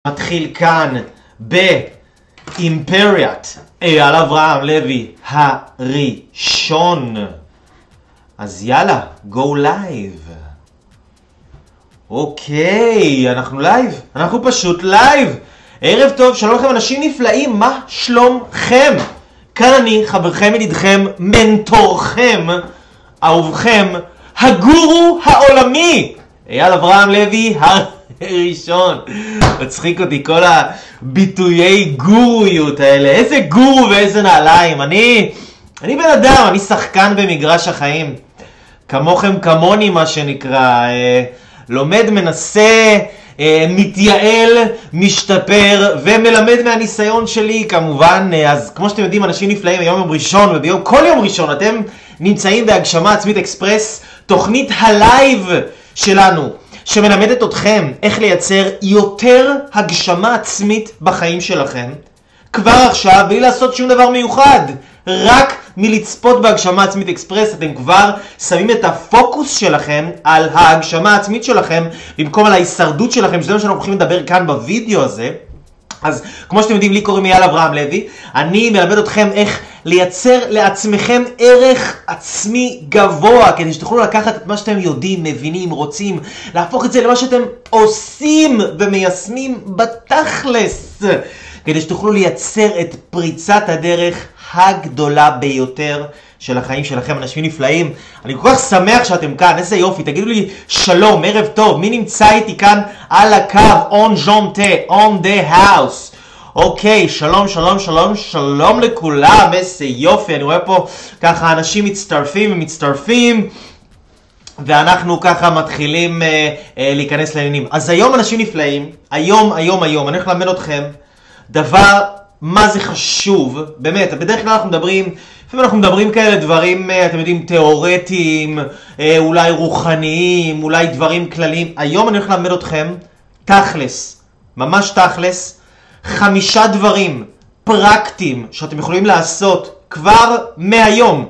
מתחיל כאן באימפריית אייל אברהם לוי הראשון. אז יאללה, go live. אוקיי, אנחנו לייב, אנחנו פשוט לייב. ערב טוב, שלום לכם אנשים נפלאים, מה שלומכם? כאן אני, חברכם ידידכם, מנטורכם, אהובכם, הגורו העולמי, אייל אברהם לוי הראשון. מצחיק אותי כל הביטויי גורויות האלה, איזה גורו ואיזה נעליים. אני בן אדם, אני שחקן במגרש החיים, כמוכם כמוני מה שנקרא, לומד, מנסה, מתייעל, משתפר ומלמד מהניסיון שלי כמובן. אז כמו שאתם יודעים, אנשים נפלאים, היום יום ראשון כל יום ראשון אתם נמצאים בהגשמה עצמית אקספרס, תוכנית הלייב שלנו שמלמדת אתכם איך לייצר יותר הגשמה עצמית בחיים שלכם כבר עכשיו, בלי לעשות שום דבר מיוחד. רק מלצפות בהגשמה עצמית אקספרס אתם כבר שמים את הפוקוס שלכם על ההגשמה העצמית שלכם במקום על ההישרדות שלכם, שזה מה שאנחנו הולכים לדבר כאן בווידאו הזה. אז כמו שאתם יודעים, לי קוראים אייל אברהם לוי, אני מלמד אתכם איך לייצר לעצמכם ערך עצמי גבוה, כדי שתוכלו לקחת את מה שאתם יודעים, מבינים, רוצים, להפוך את זה למה שאתם עושים ומיישמים בתכלס, כדי שתוכלו לייצר את פריצת הדרך הגדולה ביותר של החיים שלכם. אנשים נפלאים, אני כל כך שמח שאתם כאן, איזה יופי. תגידו לי שלום, ערב טוב, מי נמצא איתי כאן על הקו? on the house. אוקיי, שלום שלום שלום שלום לכולם, איזה יופי. אני רואה פה ככה אנשים מצטרפים ואנחנו ככה מתחילים להיכנס לעניינים. אז היום אנשים נפלאים, היום אני הולך ללמד אתכם דבר מה זה חשוב, באמת. בדרך כלל אנחנו מדברים כאלה דברים, אתם יודעים, תיאורטיים, אולי רוחניים, אולי דברים כלליים. היום אני הולך ללמד אתכם תכלס, ממש תכלס, 5 דברים פרקטיים שאתם יכולים לעשות כבר מהיום,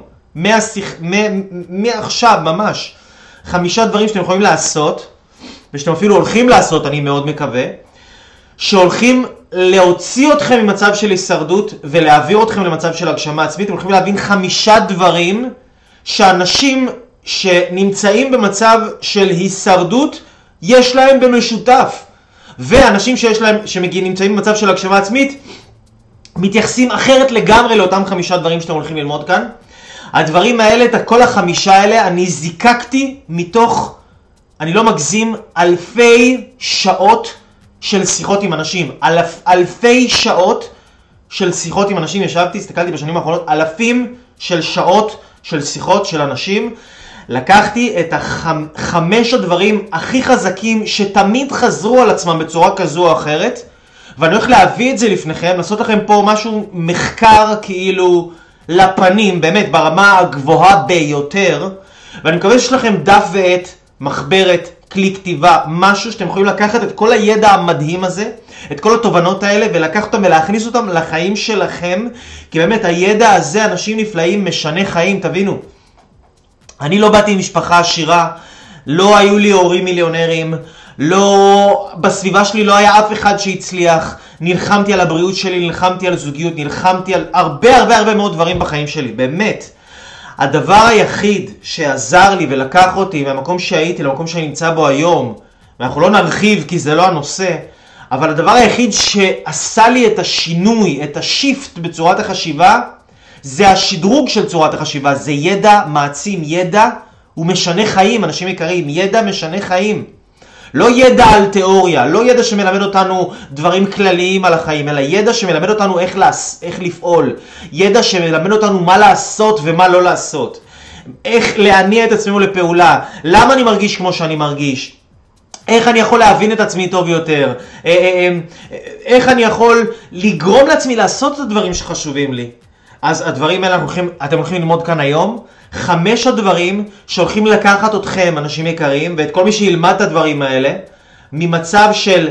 מעכשיו ממש. 5 דברים שאתם יכולים לעשות, ושאתם אפילו הולכים לעשות, אני מאוד מקווה, שהולכים להוציא אתכם ממצב של הישרדות ולהעביר אתכם למצב של הגשמה עצמית. אתם הולכים להבין 5 דברים שאנשים שנמצאים במצב של הישרדות יש להם במשותף, ואנשים שנמצאים במצב של הגשמה עצמית מתייחסים אחרת לגמרי לאותם 5 דברים שאתם הולכים ללמוד כאן. הדברים האלה, את כל 5 האלה, אני זיקקתי מתוך, אני לא מגזים, אלפי שעות של שיחות עם אנשים. אלפי שעות של שיחות עם אנשים. ישבתי, הסתכלתי בשנים האחרונות, אלפים של שעות של שיחות של אנשים. לקחתי את 5 הדברים הכי חזקים שתמיד חזרו על עצמם בצורה כזו או אחרת, ואני הולך להביא את זה לפניכם, לעשות לכם פה משהו, מחקר כאילו לפנים, באמת ברמה הגבוהה ביותר. ואני מקווה שיש לכם דף ועט, מחברת, כלי כתיבה, משהו שאתם יכולים לקחת את כל הידע המדהים הזה, את כל התובנות האלה, ולקחת אותם ולהכניס אותם לחיים שלכם, כי באמת הידע הזה, אנשים נפלאים, משנה חיים. תבינו, אני לא באתי עם משפחה עשירה, לא היו לי הורים מיליונרים, בסביבה שלי לא היה אף אחד שהצליח, נלחמתי על הבריאות שלי, נלחמתי על זוגיות, נלחמתי על הרבה מאוד דברים בחיים שלי, באמת. הדבר היחיד שעזר לי ולקח אותי מהמקום שהייתי למקום שאני נמצא בו היום, ואנחנו לא נרחיב כי זה לא הנושא, אבל הדבר היחיד שעשה לי את השינוי, את השיפט בצורת החשיבה, זה השדרוג של צורת החשיבה. זה ידע מעצים, ידע הוא משנה חיים, אנשים יקרים, ידע משנה חיים. לא ידע על תיאוריה, לא ידע שמלמד אותנו דברים כלליים על החיים, אלא ידע שמלמד אותנו איך לפעול, ידע שמלמד אותנו מה לעשות ומה לא לעשות, איך להניע את עצמנו לפעולה, למה אני מרגיש כמו שאני מרגיש, איך אני יכול להבין את עצמי טוב יותר, איך אני יכול לגרום לעצמי לעשות את הדברים שחשובים לי. אז הדברים האלה אתם הולכים ללמוד כאן היום. 5 הדברים שהולכים לקחת אתכם, אנשים יקרים, ואת כל מי שילמד את הדברים האלה, ממצב של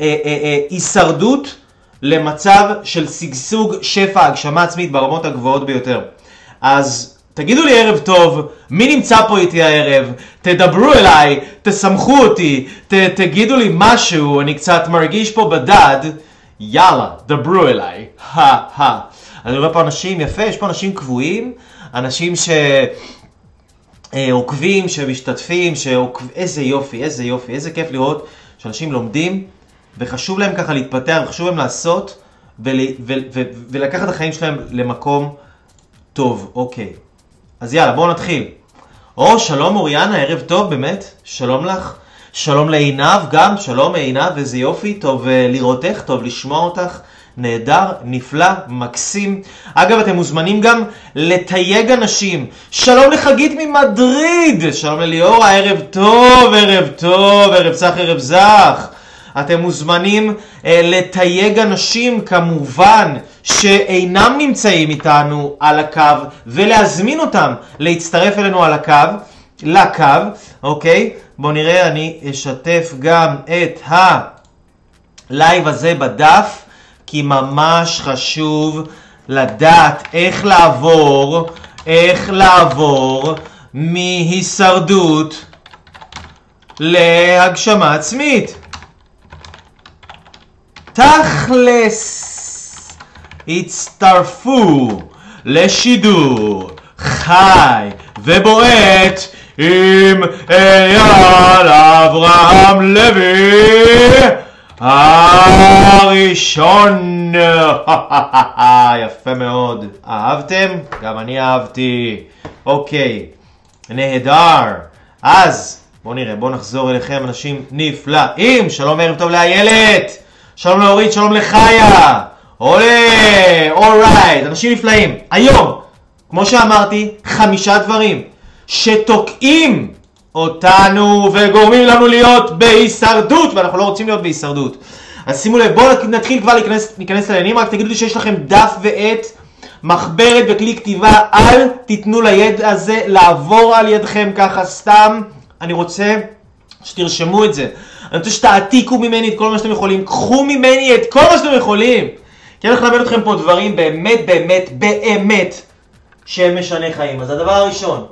הישרדות למצב של שגשוג, שפע, הגשמה עצמית ברמות הגבוהות ביותר. אז תגידו לי ערב טוב, מי נמצא פה איתי הערב? תדברו אליי, תשמחו אותי, תגידו לי משהו, אני קצת מרגיש פה בדד. יאללה, דברו אליי. אני רואה פה אנשים, יפה, יש פה אנשים קבועים, אנשים שעוקבים, שמשתתפים, איזה יופי, איזה יופי, איזה כיף לראות שאנשים לומדים, וחשוב להם ככה להתפתח, וחשוב להם לעשות, ולקחת את החיים שלהם למקום טוב. אוקיי. אז יאללה, בואו נתחיל. שלום אוריאנה, ערב טוב, באמת, שלום לך. שלום לעינב גם, שלום עינב, איזה יופי, טוב לראותך, טוב לשמוע אותך, נהדר, נפלא, מקסים. אגב, אתם מוזמנים גם לתייג אנשים. שלום לחגית ממדריד, שלום לליאורה, ערב טוב, ערב טוב, ערב זך, ערב זך. אתם מוזמנים לתייג אנשים כמובן שאינם נמצאים איתנו על הקו ולהזמין אותם להצטרף אלינו על לקו, אוקיי? בואו נראה, אני אשתף גם את הלייב הזה בדף, כי ממש חשוב לדעת איך לעבור מהישרדות להגשמה עצמית. תכלס, הצטרפו לשידור חי ובועט עם אייל אברהם לוי הראשון. יפה מאוד, אהבתם? גם אני אהבתי. אוקיי, נהדר. אז בואו נראה, בואו נחזור אליכם אנשים נפלאים. שלום ערב טוב לאיילת, שלום לאורית, שלום לחיה. אורייט, אנשים נפלאים. היום, כמו שאמרתי, 5 דברים שתוקעים אותנו וגורמים לנו להיות בהישרדות, ואנחנו לא רוצים להיות בהישרדות. אז שימו לב, בואו נתחיל כבר להיכנס לעניינים. רק תגידו לי שיש לכם דף ועט, מחברת וכלי כתיבה, אל תיתנו לידע הזה לעבור על ידכם ככה סתם. אני רוצה שתרשמו את זה. אני רוצה שתעתיקו ממני את כל מה שאתם יכולים, קחו ממני את כל מה שאתם יכולים. כי אני הולך ללמד אתכם פה דברים באמת באמת באמת שהם משנה חיים. אז הדבר הראשון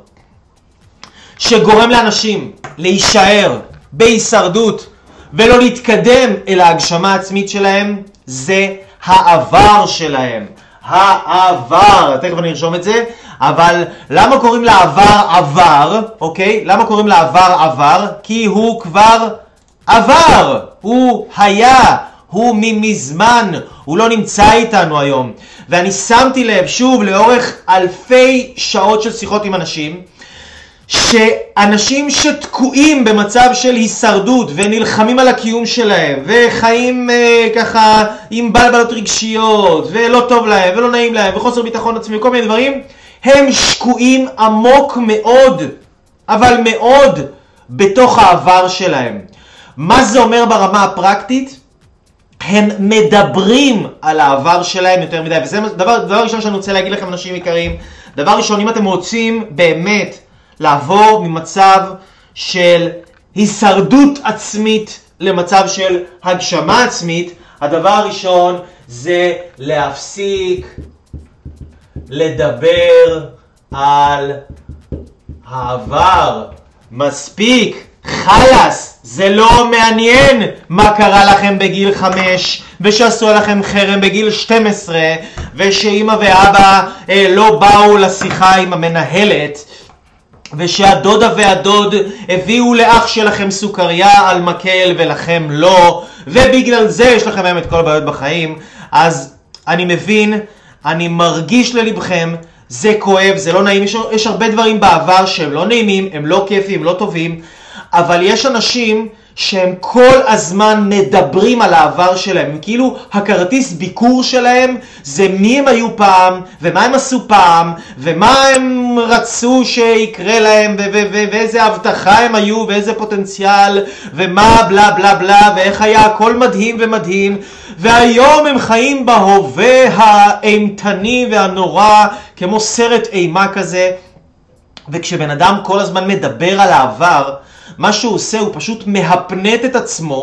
שגורם לאנשים להישאר בהישרדות ולא להתקדם אל ההגשמה העצמית שלהם, זה העבר שלהם. העבר, תכף אני ארשום את זה. אבל למה קוראים לעבר עבר? אוקיי? למה קוראים לעבר עבר? כי הוא כבר עבר, הוא היה, הוא ממזמן, הוא לא נמצא איתנו היום. ואני שמתי לב שוב לאורך אלפי שעות של שיחות עם אנשים, שאנשים שתקועים במצב של הישרדות ונלחמים על הקיום שלהם וחיים ככה עם בלבלות רגשיות ולא טוב להם ולא נעים להם וחוסר ביטחון עצמי וכל מיני דברים, הם שקועים עמוק מאוד, אבל מאוד, בתוך העבר שלהם. מה זה אומר ברמה הפרקטית? הם מדברים על העבר שלהם יותר מדי, וזה דבר ראשון שאני רוצה להגיד לכם אנשים יקרים. דבר ראשון, אם אתם רוצים באמת לעבור ממצב של הישרדות עצמית למצב של הגשמה עצמית, הדבר הראשון זה להפסיק לדבר על העבר. מספיק, חלס, זה לא מעניין מה קרה לכם בגיל 5 ושעשו עליכם חרם בגיל 12 ושאמא ואבא לא באו לשיחה עם המנהלת ושהדודה והדוד הביאו לאח שלכם סוכריה על מקל ולכם לא, ובגלל זה יש לכם היום את כל הבעיות בחיים. אז אני מבין, אני מרגיש ללבכם, זה כואב, זה לא נעים, יש הרבה דברים בעבר שהם לא נעימים, הם לא כיפים, הם לא טובים, אבל יש אנשים שהם כל הזמן מדברים על העבר שלהם, כאילו הכרטיס ביקור שלהם זה מי הם היו פעם, ומה הם עשו פעם, ומה הם רצו שיקרה להם, ואיזה הבטחה הם היו, ואיזה פוטנציאל, ומה בלה בלה בלה, ואיך היה הכל מדהים ומדהים, והיום הם חיים בהווה האימתני והנורא, כמו סרט אימה כזה. וכשבן אדם כל הזמן מדבר על העבר, מה שהוא עושה הוא פשוט מהפנט את עצמו,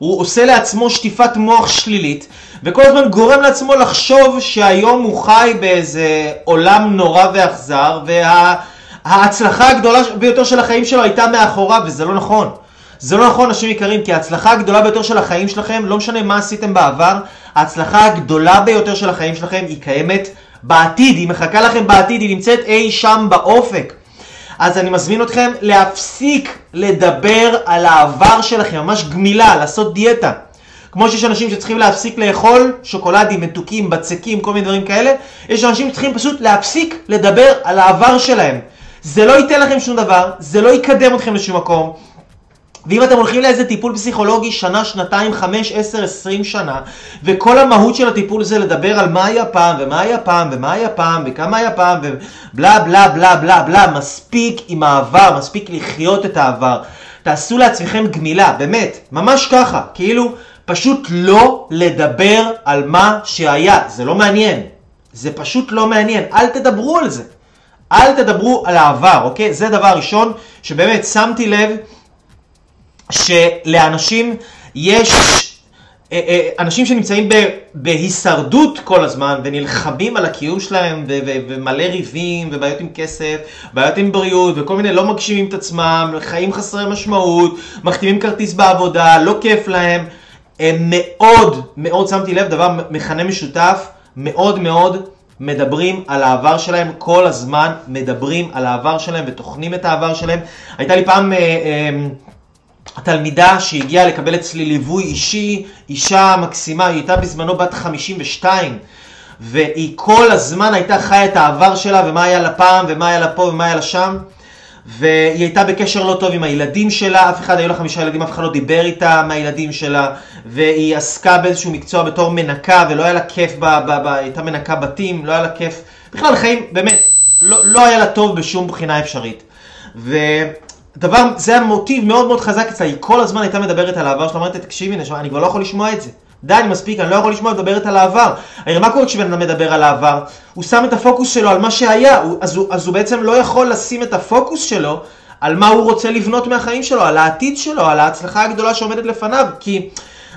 הוא עושה לעצמו שטיפת מוח שלילית, וכל הזמן גורם לעצמו לחשוב שהיום הוא חי באיזה עולם נורא ואכזר, וההצלחה הגדולה ביותר של החיים שלו הייתה מאחוריו, וזה לא נכון. זה לא נכון, אנשים יקרים, כי ההצלחה הגדולה ביותר של החיים שלכם, לא משנה מה עשיתם בעבר, ההצלחה הגדולה ביותר של החיים שלכם היא קיימת בעתיד, היא מחכה לכם בעתיד, היא נמצאת אי שם באופק. אז אני מזמין אתכם להפסיק לדבר על העבר שלכם, ממש גמילה, לעשות דיאטה. כמו שיש אנשים שצריכים להפסיק לאכול שוקולדים, מתוקים, בצקים, כל מיני דברים כאלה, יש אנשים שצריכים פשוט להפסיק לדבר על העבר שלהם. זה לא ייתן לכם שום דבר, זה לא יקדם אתכם לשום מקום. ואם אתם הולכים לאיזה טיפול פסיכולוגי שנה, שנתיים, 5, 10, 20 שנה, וכל המהות של הטיפול זה לדבר על מה היה פעם, ומה היה פעם, ומה היה פעם, וכמה היה פעם, ובלה בלה בלה בלה בלה, מספיק עם העבר, מספיק לחיות את העבר. תעשו לעצמכם גמילה, באמת, ממש ככה, כאילו פשוט לא לדבר על מה שהיה, זה לא מעניין, זה פשוט לא מעניין, אל תדברו על זה, אל תדברו על העבר, אוקיי? זה דבר ראשון שבאמת שמתי לב, שלאנשים יש, אנשים שנמצאים בהישרדות כל הזמן ונלחמים על הקיום שלהם ומלא ריבים ובעיות עם כסף, בעיות עם בריאות וכל מיני, לא מגשימים את עצמם, חיים חסרי משמעות, מחתימים כרטיס בעבודה, לא כיף להם, הם מאוד מאוד, שמתי לב, דבר מכנה משותף, מאוד מאוד מדברים על העבר שלהם, כל הזמן מדברים על העבר שלהם ותוכנים את העבר שלהם. הייתה לי פעם התלמידה שהגיעה לקבל אצלי ליווי אישי, אישה מקסימה, היא הייתה בזמנו בת 52, והיא כל הזמן הייתה חיה את העבר שלה, ומה היה לה פעם, ומה היה לה פה, ומה היה לה שם, והיא הייתה בקשר לא טוב עם הילדים שלה, אף אחד, היו לה 5 ילדים, אף אחד לא דיבר איתה מהילדים שלה, והיא עסקה באיזשהו מקצוע בתור מנקה, ולא היה לה כיף, הייתה מנקה בתים, לא היה לה כיף, בכלל חיים, באמת, לא היה לה טוב בשום בחינה אפשרית. דבר, זה המוטיב מאוד מאוד חזק אצלה, היא כל הזמן הייתה מדברת על העבר שלה, אמרתי, תקשיבי נשמה, אני כבר לא יכול לשמוע את זה. די, אני מספיק, אני לא יכול לשמוע, מדברת על העבר. הרי מה קורה כשבן אדם מדבר על העבר? הוא שם את הפוקוס שלו על מה שהיה, אז הוא בעצם לא יכול לשים את הפוקוס שלו על מה הוא רוצה לבנות מהחיים שלו, על העתיד שלו, על ההצלחה הגדולה שעומדת לפניו, כי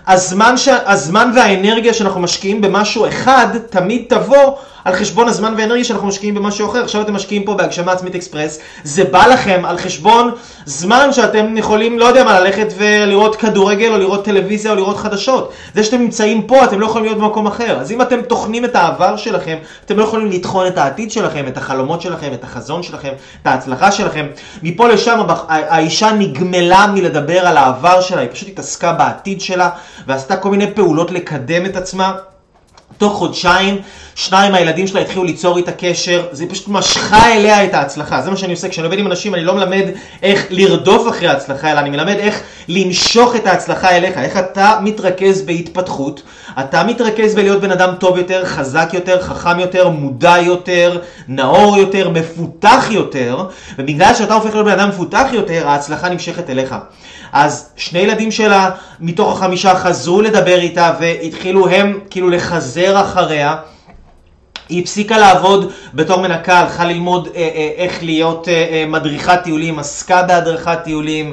הזמן והאנרגיה שאנחנו משקיעים במשהו אחד, תמיד תבוא על חשבון הזמן והאנרגיה שאנחנו משקיעים במשהו אחר. עכשיו אתם משקיעים פה בהגשמה עצמית אקספרס, זה בא לכם על חשבון זמן שאתם יכולים, לא יודע מה, ללכת ולראות כדורגל או לראות טלוויזיה או לראות חדשות. זה שאתם נמצאים פה, אתם לא יכולים להיות במקום אחר. אז אם אתם תוכנים את העבר שלכם, אתם לא יכולים לתכון את העתיד שלכם, את החלומות שלכם, את החזון שלכם, את ההצלחה שלכם. מפה לשם האישה נגמלה מלדבר על העבר שלה, היא פשוט התעסקה בעתיד שלה ועשתה כל מיני פעולות לקדם את עצמה. תוך חודשיים, 2 מהילדים שלה התחילו ליצור איתה קשר, זה פשוט משכה אליה את ההצלחה. זה מה שאני עושה, כשאני עובד עם אנשים, אני לא מלמד איך לרדוף אחרי ההצלחה, אלא אני מלמד איך למשוך את ההצלחה אליך, איך אתה מתרכז בהתפתחות, אתה מתרכז בלהיות בן אדם טוב יותר, חזק יותר, חכם יותר, מודע יותר, נאור יותר, מפותח יותר, ובגלל שאתה הופך להיות בן אדם מפותח יותר, ההצלחה נמשכת אליך. אז 2 ילדים שלה מתוך 5 חזרו לדבר איתה והתחילו הם כאילו לחזר אחריה. היא הפסיקה לעבוד בתור מנקה, הלכה ללמוד איך להיות מדריכת טיולים, עסקה בהדרכת טיולים,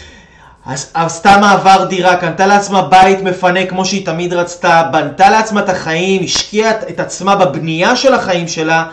עשתה מעבר דירה, קנתה לעצמה בית מפנה כמו שהיא תמיד רצתה, בנתה לעצמה את החיים, השקיעה את עצמה בבנייה של החיים שלה,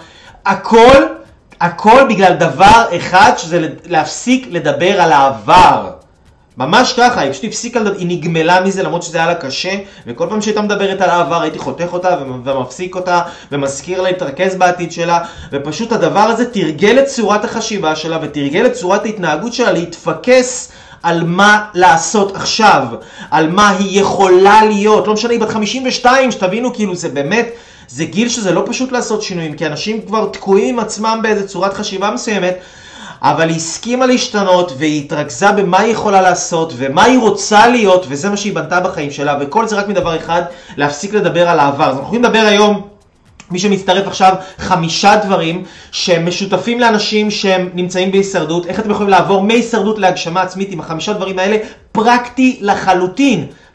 הכל בגלל דבר אחד, שזה להפסיק לדבר על העבר. ממש ככה, היא פשוט הפסיקה, היא נגמלה מזה למרות שזה היה לה קשה, וכל פעם שהייתה מדברת על העבר הייתי חותך אותה ומפסיק אותה ומזכיר לה להתרכז בעתיד שלה, ופשוט הדבר הזה תרגל את צורת החשיבה שלה ותרגל את צורת ההתנהגות שלה להתפקס על מה לעשות עכשיו, על מה היא יכולה להיות. לא משנה, היא בת 52, שתבינו כאילו זה באמת, זה גיל שזה לא פשוט לעשות שינויים, כי אנשים כבר תקועים עם עצמם באיזה צורת חשיבה מסוימת, אבל היא הסכימה להשתנות והיא התרכזה במה היא יכולה לעשות ומה היא רוצה להיות, וזה מה שהיא בנתה בחיים שלה, וכל זה רק מדבר אחד, להפסיק לדבר על העבר. אז אנחנו יכולים לדבר היום, מי שמצטרף עכשיו, 5 דברים שהם משותפים לאנשים שהם נמצאים בהישרדות, איך אתם יכולים לעבור מהישרדות להגשמה עצמית עם ה5 דברים האלה, פרקטי לחלוטין.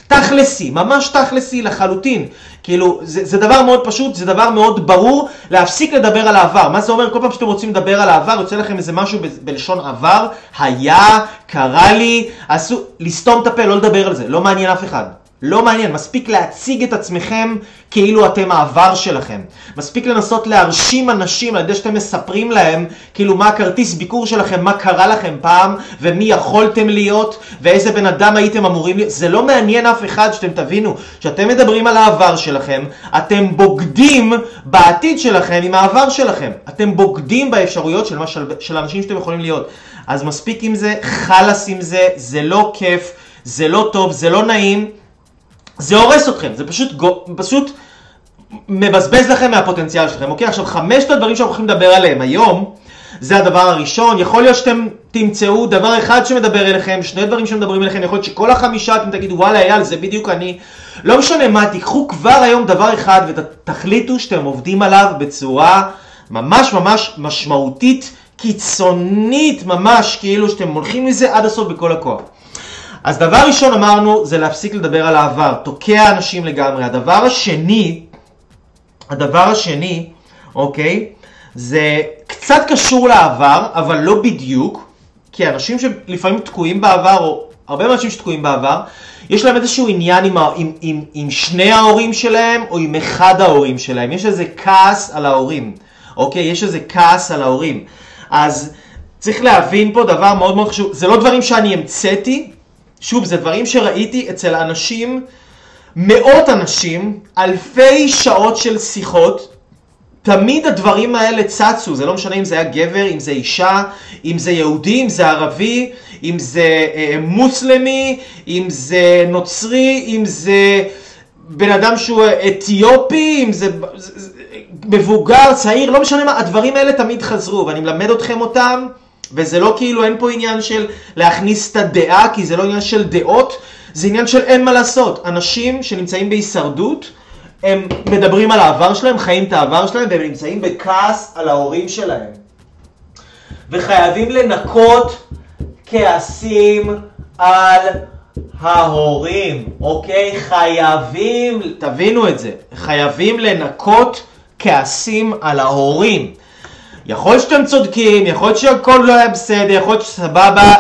תכלסי, ממש תכלסי לחלוטין. כאילו, זה דבר מאוד פשוט, זה דבר מאוד ברור, להפסיק לדבר על העבר. מה זה אומר? כל פעם שאתם רוצים לדבר על העבר, יוצא לכם איזה משהו בלשון עבר, היה, קרה לי, לסתום את הפה, לא לדבר על זה, לא מעניין אף אחד. לא מעניין, מספיק להציג את עצמכם כאילו אתם העבר שלכם. מספיק לנסות להרשים אנשים על ידי שאתם מספרים להם כאילו מה הכרטיס ביקור שלכם, מה קרה לכם פעם, ומי יכולתם להיות, ואיזה בן אדם הייתם אמורים להיות. זה לא מעניין אף אחד. שאתם תבינו, שאתם מדברים על העבר שלכם, אתם בוגדים בעתיד שלכם עם העבר שלכם. אתם בוגדים באפשרויות של אנשים שאתם יכולים להיות. אז מספיק עם זה, חלס עם זה, זה לא כיף, זה לא טוב, זה לא נעים. זה הורס אתכם, זה פשוט מבזבז לכם מהפוטנציאל שלכם. אוקיי, עכשיו 5 הדברים שאנחנו הולכים לדבר עליהם היום, זה הדבר הראשון. יכול להיות שאתם תמצאו דבר אחד שמדבר אליכם, 2 דברים שמדברים אליכם, יכול להיות שכל 5 אתם תגידו וואלה אייל זה בדיוק אני. לא משנה מה, תיקחו כבר היום דבר אחד ותחליטו שאתם עובדים עליו בצורה ממש ממש משמעותית, קיצונית ממש, כאילו שאתם הולכים לזה עד הסוף בכל הכוח. אז דבר ראשון אמרנו, זה להפסיק לדבר על העבר, תוקע אנשים לגמרי. הדבר השני, אוקיי, זה קצת קשור לעבר, אבל לא בדיוק, כי אנשים שלפעמים תקועים בעבר, או הרבה אנשים שתקועים בעבר, יש להם איזשהו עניין עם שני ההורים שלהם, או עם אחד ההורים שלהם. יש איזה כעס על ההורים, אוקיי? יש איזה כעס על ההורים. אז צריך להבין פה דבר מאוד מאוד חשוב, זה לא דברים שאני המצאתי, שוב, זה דברים שראיתי אצל אנשים, מאות אנשים, אלפי שעות של שיחות, תמיד הדברים האלה צצו. זה לא משנה אם זה היה גבר, אם זה אישה, אם זה יהודי, אם זה ערבי, אם זה מוסלמי, אם זה נוצרי, אם זה בן אדם שהוא אתיופי, אם זה מבוגר, צעיר, לא משנה מה, הדברים האלה תמיד חזרו, ואני מלמד אתכם אותם. וזה לא כאילו, אין פה עניין של להכניס את הדעה, כי זה לא עניין של דעות, זה עניין של אין מה לעשות. אנשים שנמצאים בהישרדות, הם מדברים על העבר שלהם, חיים את העבר שלהם, והם נמצאים בכעס על ההורים שלהם. וחייבים לנקות כעסים על ההורים, אוקיי? חייבים, תבינו את זה, חייבים לנקות כעסים על ההורים. יכול להיות שאתם צודקים, יכול להיות שהכל לא היה בסדר, יכול להיות שסבבה,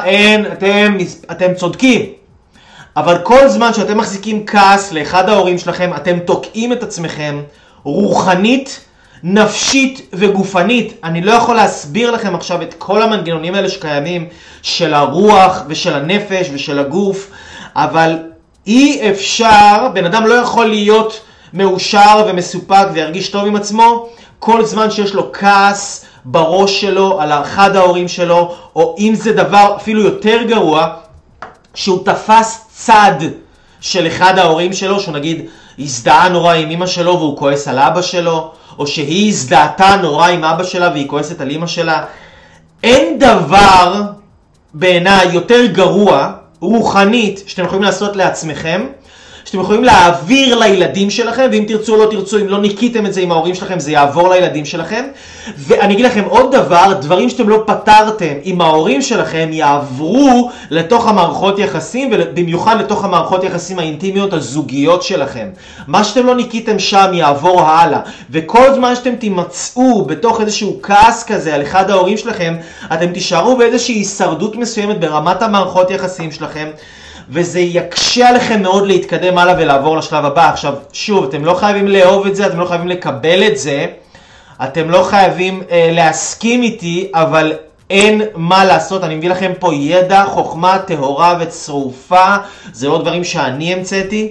אתם צודקים. אבל כל זמן שאתם מחזיקים כעס לאחד ההורים שלכם, אתם תוקעים את עצמכם רוחנית, נפשית וגופנית. אני לא יכול להסביר לכם עכשיו את כל המנגנונים האלה שקיימים, של הרוח ושל הנפש ושל הגוף, אבל אי אפשר, בן אדם לא יכול להיות מאושר ומסופק וירגיש טוב עם עצמו, כל זמן שיש לו כעס בראש שלו על אחד ההורים שלו, או אם זה דבר אפילו יותר גרוע, שהוא תפס צד של אחד ההורים שלו, שהוא נגיד הזדהה נורא עם אמא שלו והוא כועס על אבא שלו, או שהיא הזדהתה נורא עם אבא שלה והיא כועסת על אמא שלה. אין דבר בעיניי יותר גרוע רוחנית שאתם יכולים לעשות לעצמכם, שאתם יכולים להעביר לילדים שלכם, ואם תרצו או לא תרצו, אם לא ניקיתם את זה עם ההורים שלכם, זה יעבור לילדים שלכם. ואני אגיד לכם עוד דבר, דברים שאתם לא פתרתם עם ההורים שלכם, יעברו לתוך המערכות יחסים, ובמיוחד לתוך המערכות יחסים האינטימיות הזוגיות שלכם. מה שאתם לא ניקיתם שם יעבור הלאה. וכל זמן שאתם תימצאו בתוך איזשהו כעס כזה על אחד ההורים שלכם, אתם תישארו באיזושהי הישרדות מסוימת ברמת המערכות יחסים שלכם, וזה יקשה עליכם מאוד להתקדם הלאה ולעבור לשלב הבא. עכשיו, שוב, אתם לא חייבים לאהוב את זה, אתם לא חייבים לקבל את זה, אתם לא חייבים להסכים איתי, אבל אין מה לעשות. אני מביא לכם פה ידע, חוכמה, טהורה וצרופה, זה לא דברים שאני המצאתי.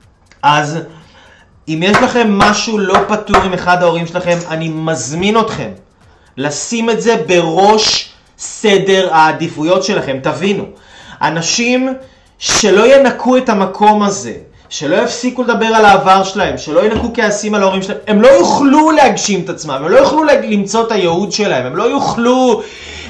אז אם יש לכם משהו לא פתור עם אחד ההורים שלכם, אני מזמין אתכם לשים את זה בראש סדר העדיפויות שלכם. תבינו, אנשים שלא ינקו את המקום הזה, שלא יפסיקו לדבר על העבר שלהם, שלא ינקו כעסים על ההורים שלהם, הם לא יוכלו להגשים את עצמם, הם לא יוכלו למצוא את הייעוד שלהם, הם לא יוכלו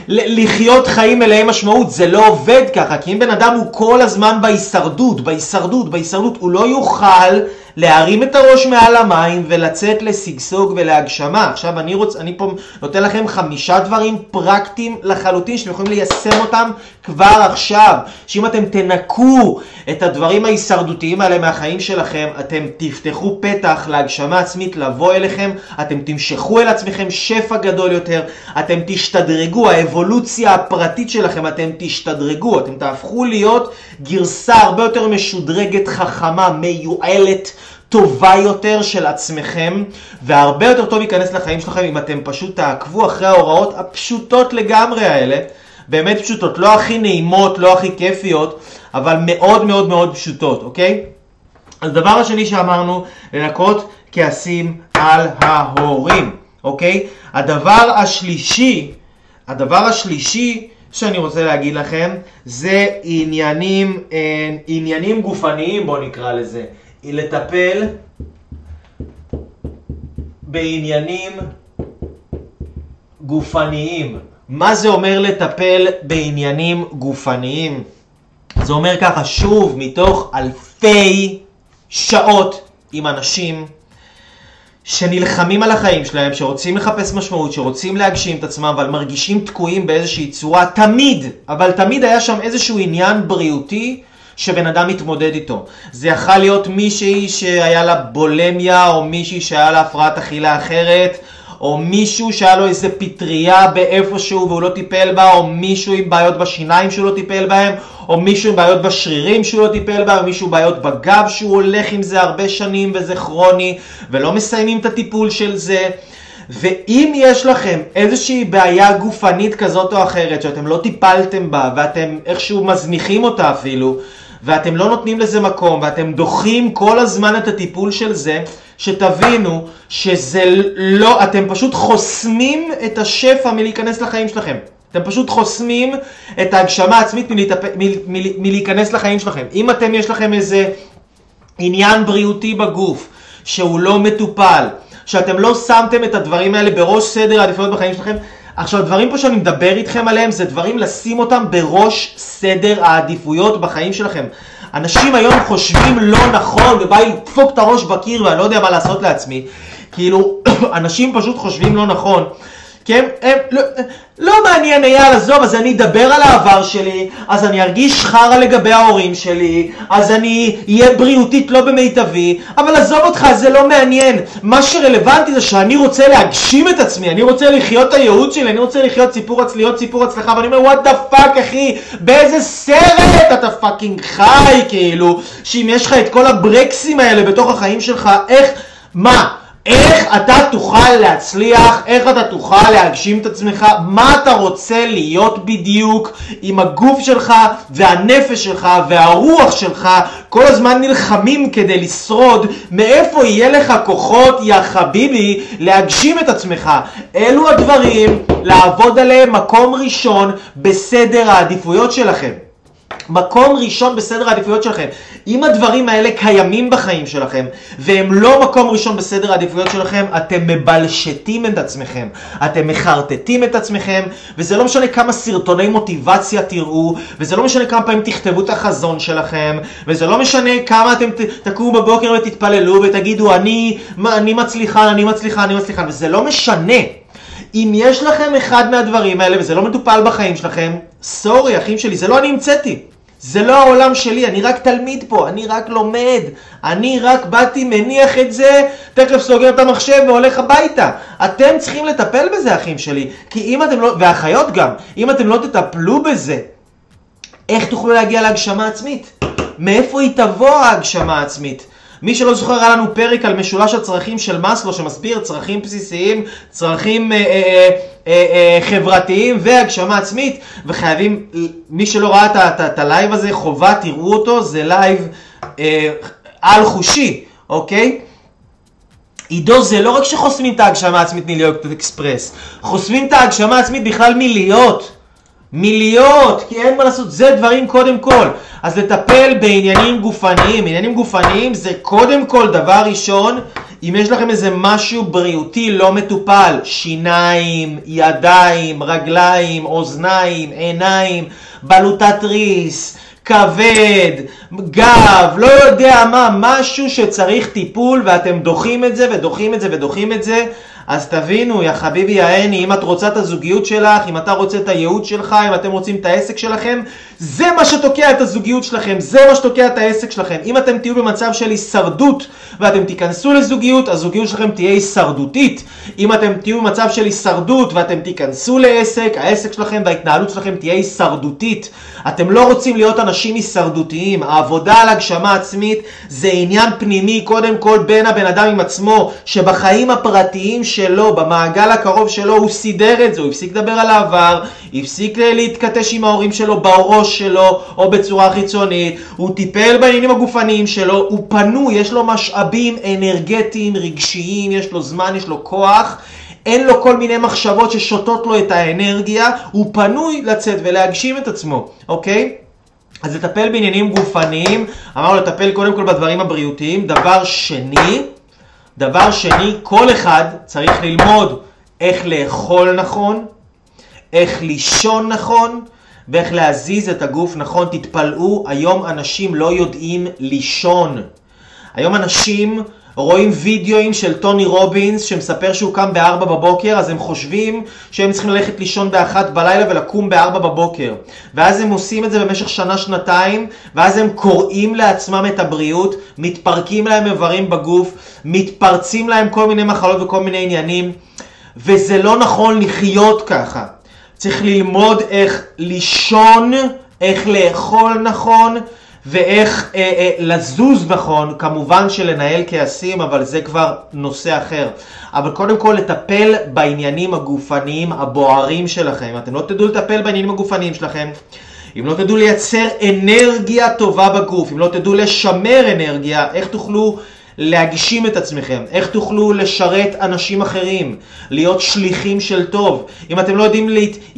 לחיות חיים מלאי משמעות. זה לא עובד ככה, כי אם בן אדם הוא כל הזמן בהישרדות, הוא לא יוכל להרים את הראש מעל המים ולצאת לשגשוג ולהגשמה. עכשיו אני פה נותן לכם 5 דברים פרקטיים לחלוטין שאתם יכולים ליישם אותם כבר עכשיו. שאם אתם תנקו את הדברים ההישרדותיים האלה מהחיים שלכם, אתם תפתחו פתח להגשמה עצמית לבוא אליכם, אתם תמשכו אל עצמכם שפע גדול יותר, אתם תשתדרגו, האבולוציה הפרטית שלכם, אתם תשתדרגו, אתם תהפכו להיות גרסה הרבה יותר משודרגת, חכמה, מיועלת, טובה יותר של עצמכם, והרבה יותר טוב ייכנס לחיים שלכם אם אתם פשוט תעקבו אחרי ההוראות הפשוטות לגמרי האלה, באמת פשוטות, לא הכי נעימות, לא הכי כיפיות, אבל מאוד מאוד מאוד פשוטות, אוקיי? הדבר השני שאמרנו, לנקות כעסים על ההורים, אוקיי? הדבר השלישי שאני רוצה להגיד לכם, זה עניינים גופניים, בוא נקרא לזה. לטפל בעניינים גופניים. מה זה אומר לטפל בעניינים גופניים? זה אומר ככה, שוב, מתוך אלפי שעות עם אנשים שנלחמים על החיים שלהם, שרוצים לחפש משמעות, שרוצים להגשים את עצמם, אבל מרגישים תקועים באיזושהי צורה, תמיד היה שם איזשהו עניין בריאותי שבן אדם מתמודד איתו. זה יכול להיות מישהי שהיה לה בולמיה, או מישהי שהיה לה הפרעת אכילה אחרת, או מישהו שהיה לו איזה פטריה באיפשהו והוא לא טיפל בה, או מישהו עם בעיות בשיניים שהוא לא טיפל בהם, או מישהו עם בעיות בשרירים שהוא לא טיפל בה, או מישהו עם בעיות בגב שהוא הולך עם זה הרבה שנים וזה כרוני, ולא מסיימים את הטיפול של זה. ואם יש לכם איזושהי בעיה גופנית כזאת או אחרת, שאתם לא טיפלתם בה, ואתם איכשהו מזניחים אותה אפילו, ואתם לא נותנים לזה מקום, ואתם דוחים כל הזמן את הטיפול של זה, שתבינו שזה לא, אתם פשוט חוסמים את השפע מלהיכנס לחיים שלכם. אתם פשוט חוסמים את ההגשמה העצמית מלהיכנס לחיים שלכם. אם יש לכם איזה עניין בריאותי בגוף, שהוא לא מטופל, שאתם לא שמתם את הדברים האלה בראש סדר העדיפויות בחיים שלכם, עכשיו, הדברים פה שאני מדבר איתכם עליהם, זה דברים לשים אותם בראש סדר העדיפויות בחיים שלכם. אנשים היום חושבים לא נכון, ובא לי לדפוק את הראש בקיר, ואני לא יודע מה לעשות לעצמי. כאילו, אנשים פשוט חושבים לא נכון. כי הם לא מעניין, עזוב, אז אני אדבר על העבר שלי, אז אני ארגיש חרא לגבי ההורים שלי, אז אני אהיה בריאותית לא במיטבי, אבל עזוב אותך, זה לא מעניין. מה שרלוונטי זה שאני רוצה להגשים את עצמי, אני רוצה לחיות את הייעוד שלי, אני רוצה לחיות סיפור הצלחה, ואני אומר, what the fuck אחי, באיזה סרט אתה פאקינג חי, כאילו, שאם יש לך את כל הברקסים האלה בתוך החיים שלך, איך אתה תוכל להצליח, איך אתה תוכל להגשים את עצמך, מה אתה רוצה להיות בדיוק עם הגוף שלך והנפש שלך והרוח שלך, כל הזמן נלחמים כדי לשרוד, מאיפה יהיה לך כוחות יא חביבי להגשים את עצמך. אלו הדברים לעבוד עליהם מקום ראשון בסדר העדיפויות שלכם. מקום ראשון בסדר העדיפויות שלכם. אם הדברים האלה קיימים בחיים שלכם, והם לא מקום ראשון בסדר העדיפויות שלכם, אתם מבלשתים את עצמכם, אתם מחרטטים את עצמכם, וזה לא משנה כמה סרטוני מוטיבציה תראו, וזה לא משנה כמה פעמים תכתבו את החזון שלכם, וזה לא משנה כמה אתם תקומו בבוקר ותתפללו ותגידו אני מצליחן, וזה לא משנה. אם יש לכם אחד מהדברים האלה וזה לא מטופל בחיים שלכם, סורי אחים שלי, זה לא אני המצאתי. זה לא העולם שלי, אני רק תלמיד פה, אני רק לומד, אני רק באתי, מניח את זה, תכף סוגר את המחשב והולך הביתה. אתם צריכים לטפל בזה אחים שלי, כי אם אתם לא, והאחיות גם, אם אתם לא תטפלו בזה, איך תוכלו להגיע להגשמה עצמית? מאיפה היא תבוא ההגשמה העצמית? מי שלא זוכר, היה לנו פרק על משולש הצרכים של מאסלו שמסביר צרכים בסיסיים, צרכים חברתיים והגשמה עצמית, וחייבים, מי שלא ראה את הלייב הזה, חובה, תראו אותו, זה לייב על חושי, אוקיי? עידו, זה לא רק שחוסמים את ההגשמה העצמית מלהיות אקספרס, חוסמים את ההגשמה העצמית בכלל מלהיות, כי אין מה לעשות, זה דברים קודם כל. אז לטפל בעניינים גופניים, עניינים גופניים זה קודם כל דבר ראשון, אם יש לכם איזה משהו בריאותי לא מטופל, שיניים, ידיים, רגליים, אוזניים, עיניים, בלוטת ריס, כבד, גב, לא יודע מה, משהו שצריך טיפול ואתם דוחים את זה ודוחים את זה ודוחים את זה, אז תבינו, יא חביבי יעני, אם את רוצה את הזוגיות שלך, אם אתה רוצה את הייעוד שלך, אם אתם רוצים את העסק שלכם, זה מה שתוקע את הזוגיות שלכם, זה מה שתוקע את העסק שלכם. אם אתם תהיו במצב של הישרדות ואתם תיכנסו לזוגיות, הזוגיות שלכם תהיה הישרדותית. אם אתם תהיו במצב של הישרדות ואתם תיכנסו לעסק, העסק שלכם וההתנהלות שלכם תהיה הישרדותית. אתם לא רוצים להיות אנשים הישרדותיים. העבודה על הגשמה עצמית זה עניין פנימי, קודם כל בין הבן אדם עם עצמו, שבחיים הפרטיים שלו, במעגל הקרוב שלו, הוא סידר את זה, הוא הפסיק לדבר על העבר, הפסיק להתכתש עם ההורים שלו בראש שלו או בצורה חיצונית, הוא טיפל בעניינים הגופניים שלו, הוא פנוי, יש לו משאבים אנרגטיים, רגשיים, יש לו זמן, יש לו כוח, אין לו כל מיני מחשבות ששוטות לו את האנרגיה, הוא פנוי לצאת ולהגשים את עצמו, אוקיי? אז לטפל בעניינים גופניים, אמרנו לטפל קודם כל בדברים הבריאותיים. דבר שני, כל אחד צריך ללמוד איך לאכול נכון, איך לישון נכון, ואיך להזיז את הגוף נכון. תתפלאו, היום אנשים לא יודעים לישון. היום אנשים רואים וידאוים של טוני רובינס שמספר שהוא קם ב-4 בבוקר, אז הם חושבים שהם צריכים ללכת לישון ב-1 בלילה ולקום ב-4 בבוקר. ואז הם עושים את זה במשך שנה-שנתיים, ואז הם קוראים לעצמם את הבריאות, מתפרקים להם איברים בגוף, מתפרצים להם כל מיני מחלות וכל מיני עניינים, וזה לא נכון לחיות ככה. צריך ללמוד איך לישון, איך לאכול נכון, ואיך לזוז נכון, כמובן שלנהל כעסים, אבל זה כבר נושא אחר. אבל קודם כל לטפל בעניינים הגופניים הבוערים שלכם. אתם לא תדעו לטפל בעניינים הגופניים שלכם, אם לא תדעו לייצר אנרגיה טובה בגוף, אם לא תדעו לשמר אנרגיה, איך תוכלו להגשים את עצמכם, איך תוכלו לשרת אנשים אחרים, להיות שליחים של טוב. אם אתם לא יודעים,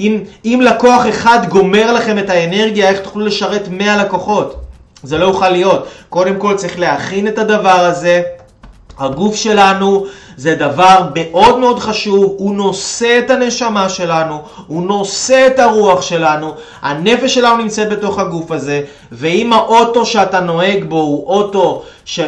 אם לקוח אחד גומר לכם את האנרגיה, איך תוכלו לשרת 100 לקוחות? זה לא יוכל להיות. קודם כל צריך להכין את הדבר הזה. הגוף שלנו זה דבר מאוד מאוד חשוב, הוא נושא את הנשמה שלנו, הוא נושא את הרוח שלנו, הנפש שלנו נמצאת בתוך הגוף הזה, ואם האוטו שאתה נוהג בו הוא אוטו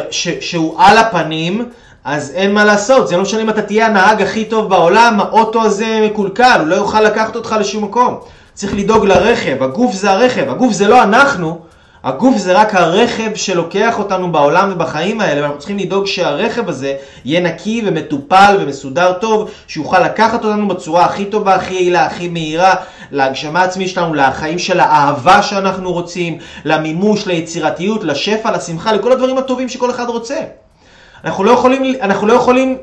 שהוא על הפנים, אז אין מה לעשות. זה לא משנה אם אתה תהיה הנהג הכי טוב בעולם, האוטו הזה מקולקל, הוא לא יוכל לקחת אותך לשום מקום. צריך לדאוג לרכב, הגוף זה הרכב, הגוף זה לא אנחנו, הגוף זה רק הרכב שלוקח אותנו בעולם ובחיים האלה, ואנחנו צריכים לדאוג שהרכב הזה יהיה נקי ומטופל ומסודר טוב, שיוכל לקחת אותנו בצורה הכי טובה, הכי יעילה, הכי מהירה, להגשמה עצמית שלנו, לחיים של האהבה שאנחנו רוצים, למימוש, ליצירתיות, לשפע, לשמחה, לכל הדברים הטובים שכל אחד רוצה. אנחנו לא יכולים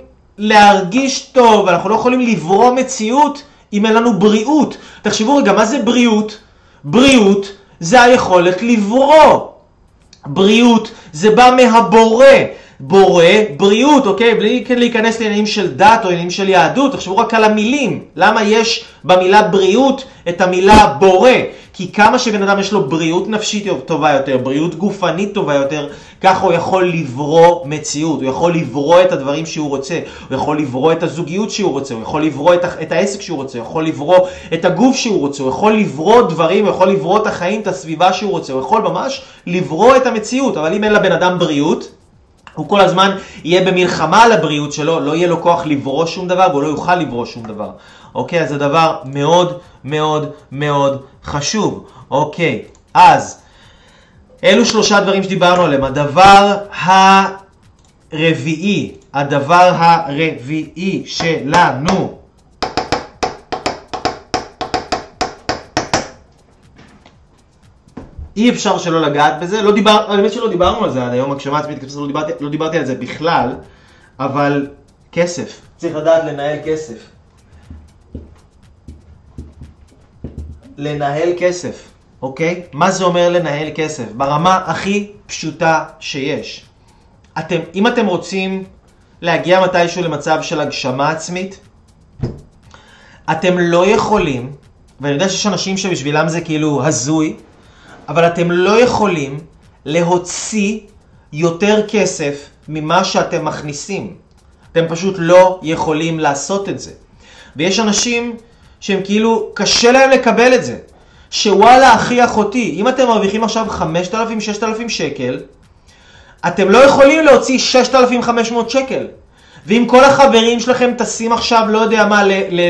להרגיש טוב, אנחנו לא יכולים לברוא מציאות אם אין לנו בריאות. תחשבו רגע, מה זה בריאות? בריאות זה היכולת לברוא. בריאות זה בא מהבורא. בורא, בריאות, אוקיי? בלי להיכנס לעניינים של דת או עניינים של יהדות. תחשבו רק על המילים. למה יש במילה בריאות את המילה בורא? כי כמה שבן אדם יש לו בריאות נפשית טובה יותר, בריאות גופנית טובה יותר, ככה הוא יכול לברוא מציאות, הוא יכול לברוא את הדברים שהוא רוצה, הוא יכול לברוא את הזוגיות שהוא רוצה, הוא יכול לברוא את העסק שהוא רוצה, הוא יכול לברוא את הגוף שהוא רוצה, הוא יכול לברוא דברים, הוא יכול לברוא את החיים, את הסביבה שהוא רוצה, הוא יכול ממש לברוא את המציאות. אבל אם אין לבן אדם בריאות, הוא כל הזמן יהיה במלחמה על הבריאות שלו, לא יהיה לו כוח לברוא שום דבר, והוא לא יוכל לברוא שום דבר. אוקיי, אז זה דבר מאוד מאוד מאוד חשוב. אוקיי, אז אלו 3 דברים שדיברנו עליהם. הדבר הרביעי שלנו, אי אפשר שלא לגעת בזה. האמת שלא דיברנו על זה עד היום, הגשמה עצמית, לא דיברתי על זה בכלל, אבל כסף. צריך לדעת לנהל כסף. לנהל כסף, אוקיי? מה זה אומר לנהל כסף? ברמה הכי פשוטה שיש. אם אתם רוצים להגיע מתישהו למצב של הגשמה עצמית, אתם לא יכולים, ואני יודע שיש אנשים שבשבילם זה כאילו הזוי, אבל אתם לא יכולים להוציא יותר כסף ממה שאתם מכניסים. אתם פשוט לא יכולים לעשות את זה. ויש אנשים שהם כאילו קשה להם לקבל את זה. שוואלה אחי אחותי, אם אתם מרוויחים עכשיו 5,000-6,000 שקל, אתם לא יכולים להוציא 6,500 שקל. ואם כל החברים שלכם טסים עכשיו, לא יודע מה,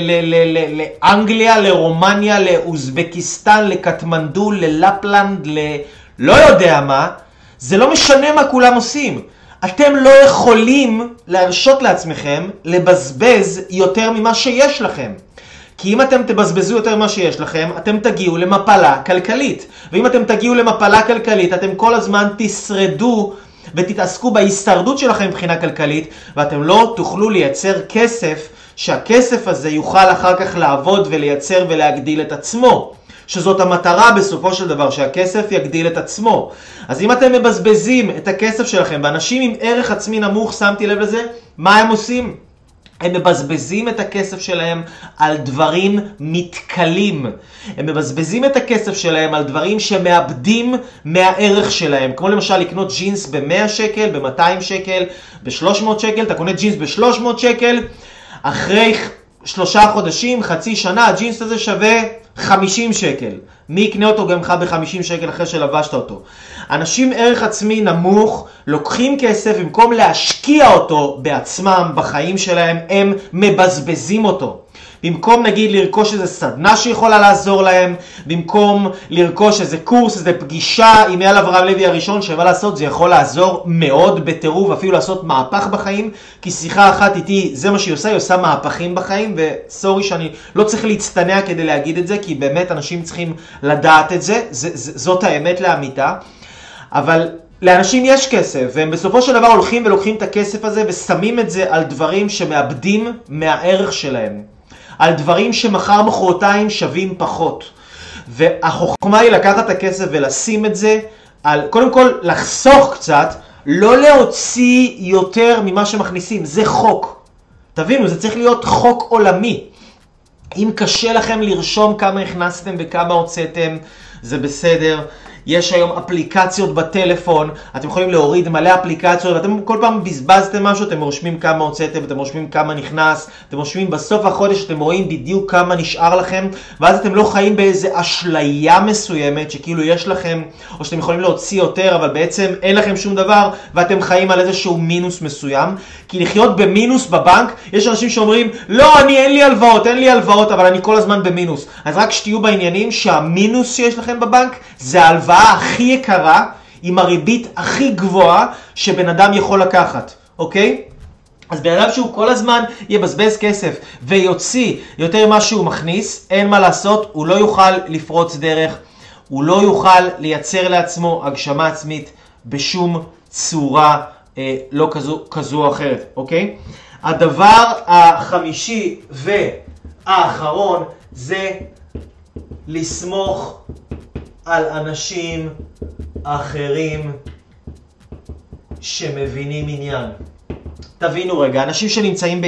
לאנגליה, לרומניה, לאוזבקיסטן, לקטמנדו, ללפלנד, לא יודע מה, זה לא משנה מה כולם עושים. אתם לא יכולים להרשות לעצמכם לבזבז יותר ממה שיש לכם. כי אם אתם תבזבזו יותר ממה שיש לכם, אתם תגיעו למפלה כלכלית. ואם אתם תגיעו למפלה כלכלית, אתם כל הזמן תשרדו ותתעסקו בהישרדות שלכם מבחינה כלכלית, ואתם לא תוכלו לייצר כסף, שהכסף הזה יוכל אחר כך לעבוד ולייצר ולהגדיל את עצמו. שזאת המטרה בסופו של דבר, שהכסף יגדיל את עצמו. אז אם אתם מבזבזים את הכסף שלכם, ואנשים עם ערך עצמי נמוך, שמתי לב לזה, מה הם עושים? הם מבזבזים את הכסף שלהם על דברים מתקלים. הם מבזבזים את הכסף שלהם על דברים שמאבדים מהערך שלהם. כמו למשל לקנות ג'ינס ב-100 שקל, ב-200 שקל, ב-300 שקל. אתה קונה ג'ינס ב-300 שקל, אחרי 3 חודשים, חצי שנה, הג'ינס הזה שווה 50 שקל. מי יקנה אותו גם לך ב-50 שקל אחרי שלבשת אותו? אנשים ערך עצמי נמוך לוקחים כסף, במקום להשקיע אותו בעצמם, בחיים שלהם, הם מבזבזים אותו. במקום נגיד לרכוש איזה סדנה שיכולה לעזור להם, במקום לרכוש איזה קורס, איזה פגישה עם אייל אברהם לוי הראשון, שמה לעשות, זה יכול לעזור מאוד בטירוף, אפילו לעשות מהפך בחיים, כי שיחה אחת איתי, זה מה שהיא עושה, היא עושה מהפכים בחיים, וסורי שאני לא צריך להצטנע כדי להגיד את זה, כי באמת אנשים צריכים לדעת את זה, זאת האמת לאמיתה, אבל לאנשים יש כסף, והם בסופו של דבר הולכים ולוקחים את הכסף הזה, ושמים את זה על דברים שמאבדים מהערך שלהם. על דברים שמחר מחרתיים שווים פחות. והחוכמה היא לקחת את הכסף ולשים את זה על, קודם כל לחסוך קצת, לא להוציא יותר ממה שמכניסים, זה חוק. תבינו, זה צריך להיות חוק עולמי. אם קשה לכם לרשום כמה הכנסתם וכמה הוצאתם, זה בסדר. יש היום אפליקציות בטלפון, אתם יכולים להוריד מלא אפליקציות, ואתם כל פעם בזבזתם משהו, אתם רושמים כמה הוצאתם, אתם רושמים כמה נכנס, אתם רושמים בסוף החודש, אתם רואים בדיוק כמה נשאר לכם, ואז אתם לא חיים באיזה אשליה מסוימת, שכאילו יש לכם, או שאתם יכולים להוציא יותר, אבל בעצם אין לכם שום דבר, ואתם חיים על איזשהו מינוס מסוים, כי לחיות במינוס בבנק, יש אנשים שאומרים, לא, אין לי הלוואות, אבל אני כל הזמן במינוס. אז רק שתהיו בעניינים שהמינוס שיש לכם בבנק, זה ההלוואה הכי יקרה, עם הריבית הכי גבוהה שבן אדם יכול לקחת, אוקיי? אז בן אדם שהוא כל הזמן יבזבז כסף ויוציא יותר ממה שהוא מכניס, אין מה לעשות, הוא לא יוכל לפרוץ דרך, הוא לא יוכל לייצר לעצמו הגשמה עצמית בשום צורה לא כזו או אחרת, אוקיי? הדבר החמישי והאחרון זה לסמוך על אנשים אחרים שמבינים עניין. תבינו רגע, אנשים שנמצאים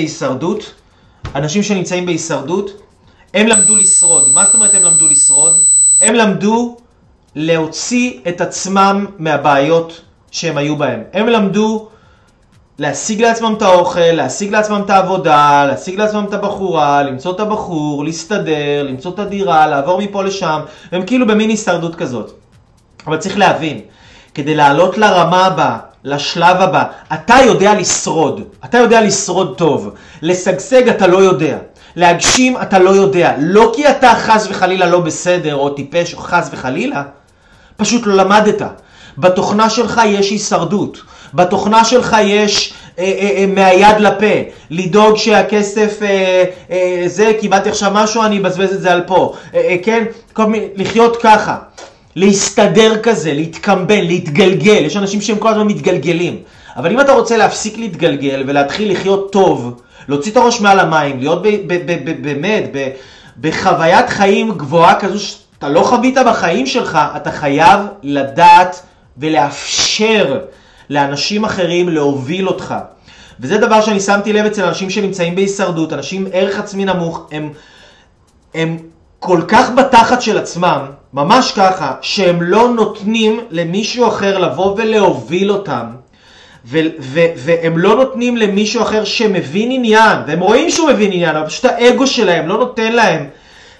בהישרדות, הם למדו לשרוד. מה זאת אומרת הם למדו לשרוד? הם למדו להוציא את עצמם מהבעיות שהם היו בהם. הם למדו להשיג לעצמם את האוכל, להשיג לעצמם את העבודה, להשיג לעצמם את הבחורה, למצוא את הבחור, להסתדר, למצוא את הדירה, לעבור מפה לשם, והם כאילו במין הישרדות כזאת. אבל צריך להבין, כדי לעלות לרמה הבאה, לשלב הבא, אתה יודע לשרוד, אתה יודע לשרוד טוב, לשגשג אתה לא יודע, להגשים אתה לא יודע, לא כי אתה חס וחלילה לא בסדר או טיפש או חס וחלילה, פשוט לא למדת. בתוכנה שלך יש הישרדות, בתוכנה שלך יש מהיד לפה, לדאוג שהכסף זה, קיבלתי עכשיו משהו, אני אבזבז את זה על פה, כן? לחיות ככה, להסתדר כזה, להתקמבן, להתגלגל, יש אנשים שהם כל הזמן מתגלגלים, אבל אם אתה רוצה להפסיק להתגלגל ולהתחיל לחיות טוב, להוציא את הראש מעל המים, להיות באמת בחוויית חיים גבוהה כזו שאתה לא חווית בחיים שלך, אתה חייב לדעת ולאפשר לאנשים אחרים להוביל אותך. וזה דבר שאני שמתי לב אצל אנשים שנמצאים בהישרדות, אנשים ערך עצמי נמוך, הם כל כך בתחת של עצמם, ממש ככה, שהם לא נותנים למישהו אחר לבוא ולהוביל אותם, והם לא נותנים למישהו אחר שמבין עניין, והם רואים שהוא מבין עניין, אבל פשוט האגו שלהם לא נותן להם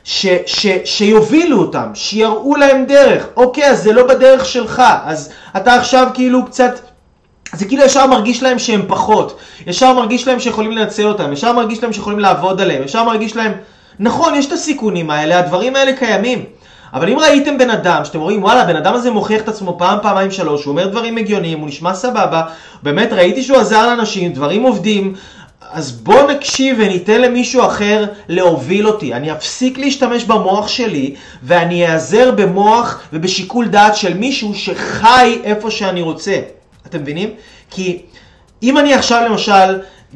שיובילו אותם, שיראו להם דרך. אוקיי, אז זה לא בדרך שלך, אז אתה עכשיו כאילו קצת, זה כאילו ישר מרגיש להם שהם פחות, ישר מרגיש להם שיכולים לנצל אותם, ישר מרגיש להם שיכולים לעבוד עליהם, ישר מרגיש להם, נכון, יש את הסיכונים האלה, הדברים האלה קיימים. אבל אם ראיתם בן אדם, שאתם רואים, וואלה, בן אדם הזה מוכיח את עצמו פעם, פעמיים, שלוש, הוא אומר דברים הגיוניים, הוא נשמע סבבה, באמת ראיתי שהוא עזר לאנשים, דברים עובדים, אז בוא נקשיב וניתן למישהו אחר להוביל אותי. אני אפסיק להשתמש במוח שלי, ואני אעזר במוח ובשיקול דעת של מישהו שחי איפה שאני רוצה. אתם מבינים? כי אם אני עכשיו למשל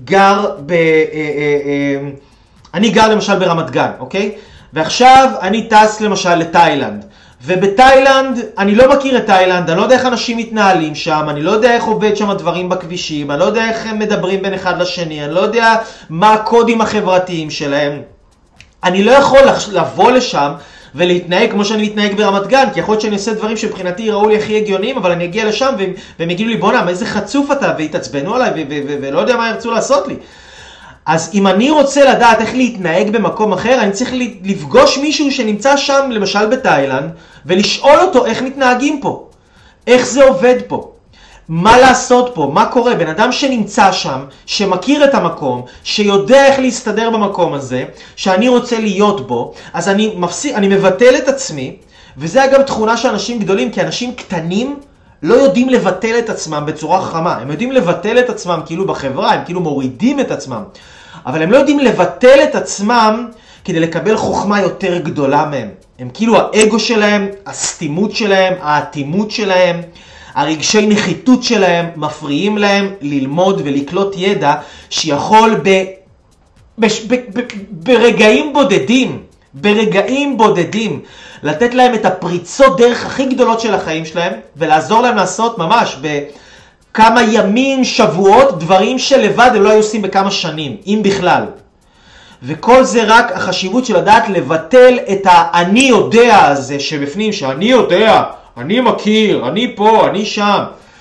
אני גר למשל ברמת גן, אוקיי? ועכשיו אני טס למשל לתאילנד. ובתאילנד, אני לא מכיר את תאילנד, אני לא יודע איך אנשים מתנהלים שם, אני לא יודע איך עובד שם הדברים בכבישים, אני לא יודע איך הם מדברים בין אחד לשני, אני לא יודע מה הקודים החברתיים שלהם. אני לא יכול לבוא לשם ולהתנהג כמו שאני מתנהג ברמת גן, כי יכול להיות שאני עושה דברים שבחינתי יראו לי הכי הגיוניים, אבל אני אגיע לשם והם יגידו לי, בוא נע, איזה חצוף אתה, והתעצבנו עליי ולא יודע מה ירצו לעשות לי. אז אם אני רוצה לדעת איך להתנהג במקום אחר, אני צריך לפגוש מישהו שנמצא שם, למשל בתאילנד, ולשאול אותו איך מתנהגים פה, איך זה עובד פה, מה לעשות פה, מה קורה. בן אדם שנמצא שם, שמכיר את המקום, שיודע איך להסתדר במקום הזה, שאני רוצה להיות בו, אז אני מבטל את עצמי, וזה אגב תכונה של אנשים גדולים, כי אנשים קטנים לא יודעים לבטל את עצמם בצורה חכמה. הם יודעים לבטל את עצמם כאילו בחברה, הם כאילו מורידים את עצמם. אבל הם לא יודעים לבטל את עצמם כדי לקבל חוכמה יותר גדולה מהם. הם כאילו האגו שלהם, הסתימות שלהם, האטימות שלהם, הרגשי נחיתות שלהם, מפריעים להם ללמוד ולקלוט ידע שיכול ברגעים בודדים, לתת להם את הפריצות דרך הכי גדולות של החיים שלהם, ולעזור להם לעשות ממש בכמה ימים, שבועות, דברים שלבד הם לא היו עושים בכמה שנים, אם בכלל. וכל זה רק החשיבות של לדעת לבטל את האני יודע הזה שבפנים, שאני יודע, אני מכיר, אני פה, אני שם.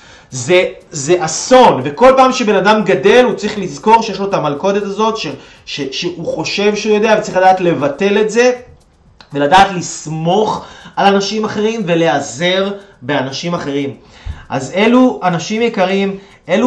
זה אסון, וכל פעם שבן אדם גדל הוא צריך לזכור שיש לו את המלכודת הזאת, שהוא חושב שהוא יודע, וצריך לדעת לבטל את זה, ולדעת לסמוך על אנשים אחרים ולהיעזר באנשים אחרים. אז אלו אנשים יקרים, אלו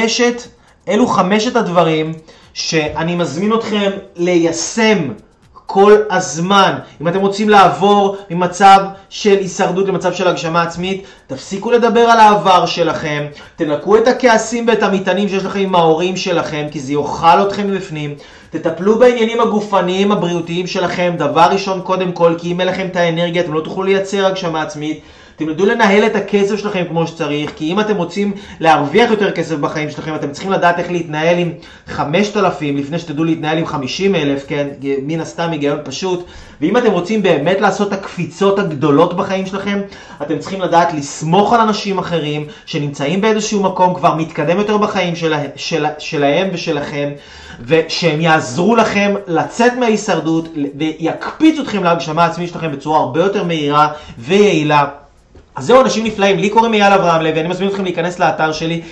חמשת הדברים שאני מזמין אתכם ליישם כל הזמן. אם אתם רוצים לעבור ממצב של הישרדות למצב של הגשמה עצמית, תפסיקו לדבר על העבר שלכם, תנקו את הכעסים ואת המטענים שיש לכם עם ההורים שלכם, כי זה יאכל אתכם מבפנים. תטפלו בעניינים הגופניים הבריאותיים שלכם, דבר ראשון קודם כל, כי אם אין לכם את האנרגיה אתם לא תוכלו לייצר הגשמה עצמית. תלמדו לנהל את הכסף שלכם כמו שצריך, כי אם אתם רוצים להרוויח יותר כסף בחיים שלכם, אתם צריכים לדעת איך להתנהל עם 5,000 לפני שתדעו להתנהל עם 50,000, כן? מן הסתם היגיון פשוט. ואם אתם רוצים באמת לעשות את הקפיצות הגדולות בחיים שלכם, אתם צריכים לדעת לסמוך על אנשים אחרים שנמצאים באיזשהו מקום כבר מתקדם יותר בחיים שלהם ושלכם, ושהם יעזרו לכם לצאת מההישרדות ויקפיצו אתכם להגשמה העצמית שלכם בצורה הרבה יותר מהירה ויעילה. אז זהו אנשים נפלאים, לי קוראים אייל אברהם לוי, אני מזמין אתכם להיכנס לאתר שלי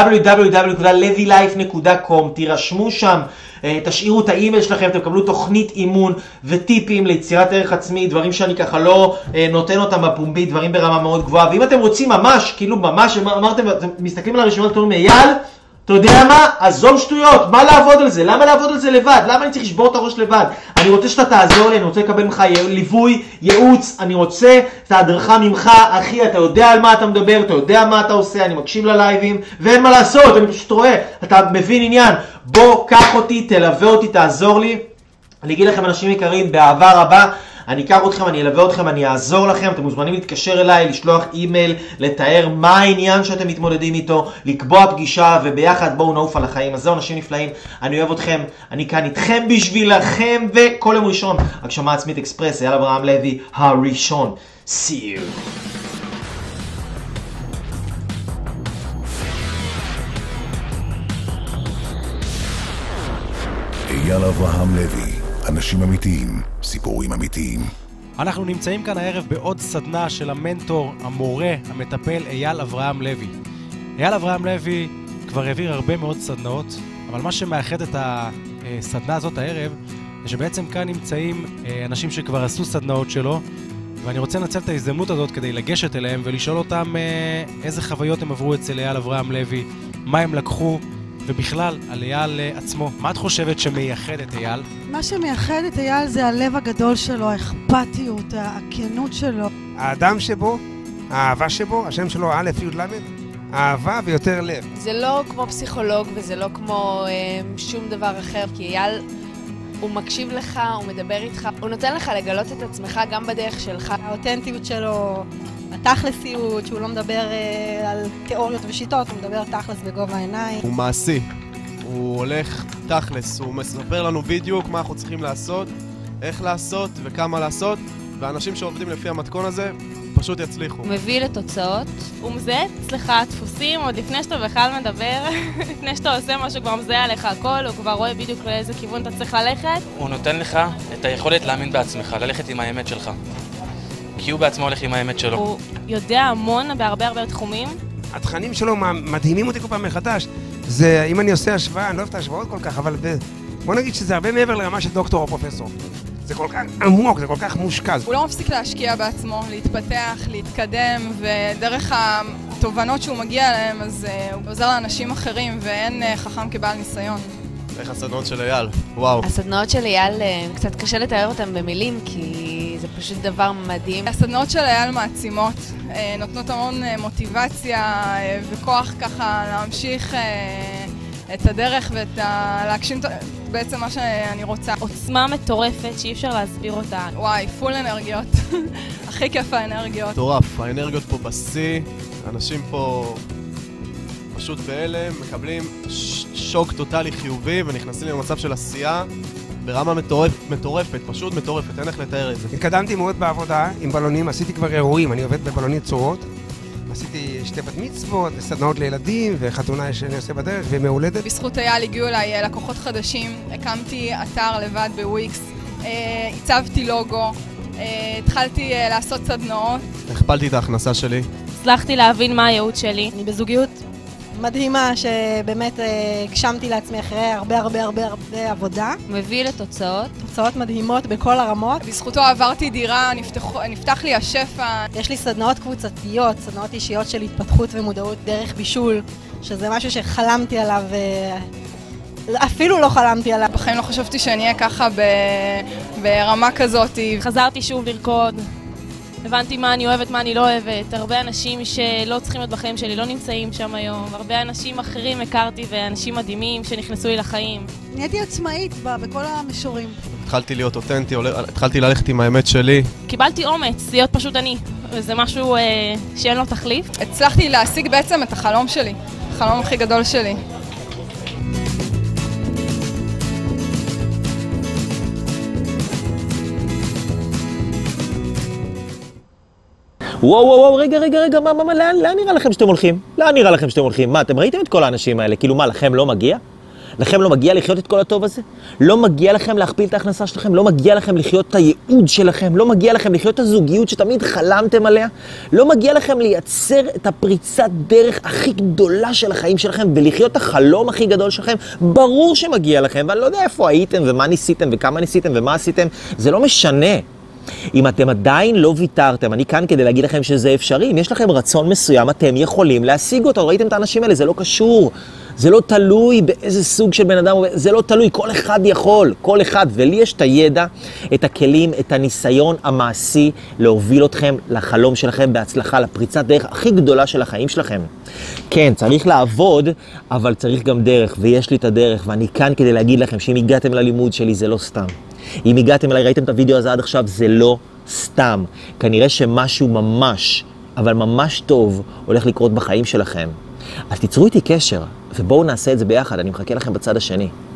www.levylife.com, תירשמו שם, תשאירו את האימייל שלכם, אתם תקבלו תוכנית אימון וטיפים ליצירת ערך עצמי, דברים שאני ככה לא נותן אותם בפומבי, דברים ברמה מאוד גבוהה. ואם אתם רוצים ממש, כאילו ממש, אמרתם, אתם מסתכלים על הרשימה ואתם אומרים, אייל, אתה יודע מה? עזוב שטויות, מה לעבוד על זה? למה לעבוד על זה לבד? למה אני צריך לשבור את הראש לבד? אני רוצה שאתה תעזור לי, אני רוצה לקבל ממך ליווי, ייעוץ, אני רוצה את ההדרכה ממך, אחי, אתה יודע על מה אתה מדבר, אתה יודע מה אתה עושה, אני מקשיב ללייבים, ואין מה לעשות, אני פשוט רואה, אתה מבין עניין, בוא, קח אותי, תלווה אותי, תעזור לי. אני אגיד לכם אנשים יקרים, באהבה רבה, אני אקח אתכם, אני אלווה אתכם, אני אעזור לכם, אתם מוזמנים להתקשר אליי, לשלוח אימייל, לתאר מה העניין שאתם מתמודדים איתו, לקבוע פגישה וביחד בואו נעוף על החיים. אז זהו אנשים נפלאים, אני אוהב אתכם, אני כאן איתכם בשבילכם, וכל יום ראשון, הגשמה עצמית אקספרס, אייל אברהם לוי הראשון. See you. אייל אברהם לוי, אנשים אמיתיים, סיפורים אמיתיים. אנחנו נמצאים כאן הערב בעוד סדנה של המנטור, המורה, המטפל אייל אברהם לוי. אייל אברהם לוי כבר העביר הרבה מאוד סדנאות, אבל מה שמאחד את הסדנה הזאת הערב זה שבעצם כאן נמצאים אנשים שכבר עשו סדנאות שלו, ואני רוצה לנצל את ההזדמנות הזאת כדי לגשת אליהם ולשאול אותם איזה חוויות הם עברו אצל אייל אברהם לוי, מה הם לקחו, ובכלל על אייל עצמו. מה את חושבת שמייחד את אייל? מה שמייחד את אייל זה הלב הגדול שלו, האכפתיות, הכנות שלו. האדם שבו, האהבה שבו, השם שלו א' י' ל', אהבה ויותר לב. זה לא כמו פסיכולוג וזה לא כמו שום דבר אחר, כי אייל הוא מקשיב לך, הוא מדבר איתך, הוא נותן לך לגלות את עצמך גם בדרך שלך. האותנטיות שלו, התכלסיות, שהוא לא מדבר על תיאוריות ושיטות, הוא מדבר תכלס בגובה העיניים. הוא מעשי, הוא הולך תכלס, הוא מספר לנו בדיוק מה אנחנו צריכים לעשות, איך לעשות וכמה לעשות, ואנשים שעובדים לפי המתכון הזה פשוט יצליחו. הוא מביא לתוצאות. הוא מזהה אצלך דפוסים עוד לפני שאתה בכלל מדבר, לפני שאתה עושה משהו כבר מזהה עליך הכל, הוא כבר רואה בדיוק לאיזה כיוון אתה צריך ללכת. הוא נותן לך את היכולת להאמין בעצמך, ללכת עם האמת שלך. כי הוא בעצמו הולך עם האמת שלו. הוא יודע המון בהרבה תחומים. התכנים שלו מדהימים אותי כל פעם מחדש. זה, אם אני עושה השוואה, אני לא אוהב את ההשוואות כל כך, אבל בוא נגיד שזה הרבה מעבר לרמה של דוקטור או פרופסור. זה כל כך עמוק, זה כל כך מושקע. הוא לא מפסיק להשקיע בעצמו, להתפתח, להתקדם, ודרך התובנות שהוא מגיע אליהם, אז הוא עוזר לאנשים אחרים, ואין חכם כבעל ניסיון. איך הסדנאות של אייל? וואו. הסדנאות של אייל קצת קשה לתאר אותם במילים, כי זה פשוט דבר מדהים. הסדנאות של אייל מעצימות, נותנות המון מוטיבציה וכוח ככה להמשיך את הדרך להגשים בעצם מה שאני רוצה. עוצמה מטורפת שאי אפשר להסביר אותה. וואי, פול אנרגיות. הכי כיף האנרגיות. מטורף, האנרגיות פה בשיא, אנשים פה פשוט בהלם, מקבלים שוק טוטלי חיובי ונכנסים למצב של עשייה ברמה מטורפת, פשוט מטורפת, אין איך לתאר את זה. התקדמתי מאוד בעבודה עם בלונים, עשיתי כבר אירועים, אני עובד בבלוני צורות. עשיתי 2 בת מצוות, סדנאות לילדים וחתונה שאני עושה בדרך ומהולדת. בזכות אייל הגיעו אליי לקוחות חדשים, הקמתי אתר לבד בוויקס, הצבתי לוגו, התחלתי לעשות סדנאות. הכפלתי את ההכנסה שלי. הצלחתי להבין מה הייעוד שלי. אני בזוגיות מדהימה שבאמת הגשמתי לעצמי אחרי הרבה עבודה. הוא מביא לתוצאות. תוצאות מדהימות בכל הרמות. בזכותו עברתי דירה, נפתח לי השפע. יש לי סדנאות קבוצתיות, סדנאות אישיות של התפתחות ומודעות דרך בישול, שזה משהו שחלמתי עליו, אפילו לא חלמתי עליו. בחיים לא חשבתי שאני אהיה ככה ברמה כזאת. חזרתי שוב לרקוד. הבנתי מה אני אוהבת, מה אני לא אוהבת. הרבה אנשים שלא צריכים להיות בחיים שלי לא נמצאים שם היום. הרבה אנשים אחרים הכרתי ואנשים מדהימים שנכנסו לי לחיים. נהייתי עצמאית בכל המישורים. התחלתי להיות אותנטי, התחלתי ללכת עם האמת שלי. קיבלתי אומץ להיות פשוט אני. וזה משהו שאין לו תחליף. הצלחתי להשיג בעצם את החלום שלי. החלום הכי גדול שלי. וואו, רגע, לאן נראה לכם שאתם הולכים? לאן נראה לכם שאתם הולכים? מה, אתם ראיתם את כל האנשים האלה? כאילו מה, לכם לא מגיע? לכם לא מגיע לחיות את כל הטוב הזה? לא מגיע לכם להכפיל את ההכנסה שלכם? לא מגיע לכם לחיות את הייעוד שלכם? לא מגיע לכם לחיות את הזוגיות שתמיד חלמתם עליה? לא מגיע לכם לייצר את הפריצת דרך הכי גדולה של החיים שלכם ולחיות את החלום הכי גדול שלכם? ברור שמגיע לכם, ואני לא יודע איפה הייתם ומה ניסיתם וכמה ניסיתם ומה עשיתם, זה לא משנה. אם אתם עדיין לא ויתרתם, אני כאן כדי להגיד לכם שזה אפשרי. אם יש לכם רצון מסוים, אתם יכולים להשיג אותו. ראיתם את האנשים האלה? זה לא קשור. זה לא תלוי באיזה סוג של בן אדם. זה לא תלוי. כל אחד יכול. כל אחד. ולי יש את הידע, את הכלים, את הניסיון המעשי להוביל אתכם לחלום שלכם בהצלחה, לפריצת דרך הכי גדולה של החיים שלכם. כן, צריך לעבוד, אבל צריך גם דרך. ויש לי את הדרך. ואני כאן כדי להגיד לכם שאם הגעתם ללימוד שלי, זה לא סתם. אם הגעתם אליי, ראיתם את הוידאו הזה עד עכשיו, זה לא סתם. כנראה שמשהו ממש, אבל ממש טוב, הולך לקרות בחיים שלכם. אז תיצרו איתי קשר, ובואו נעשה את זה ביחד, אני מחכה לכם בצד השני.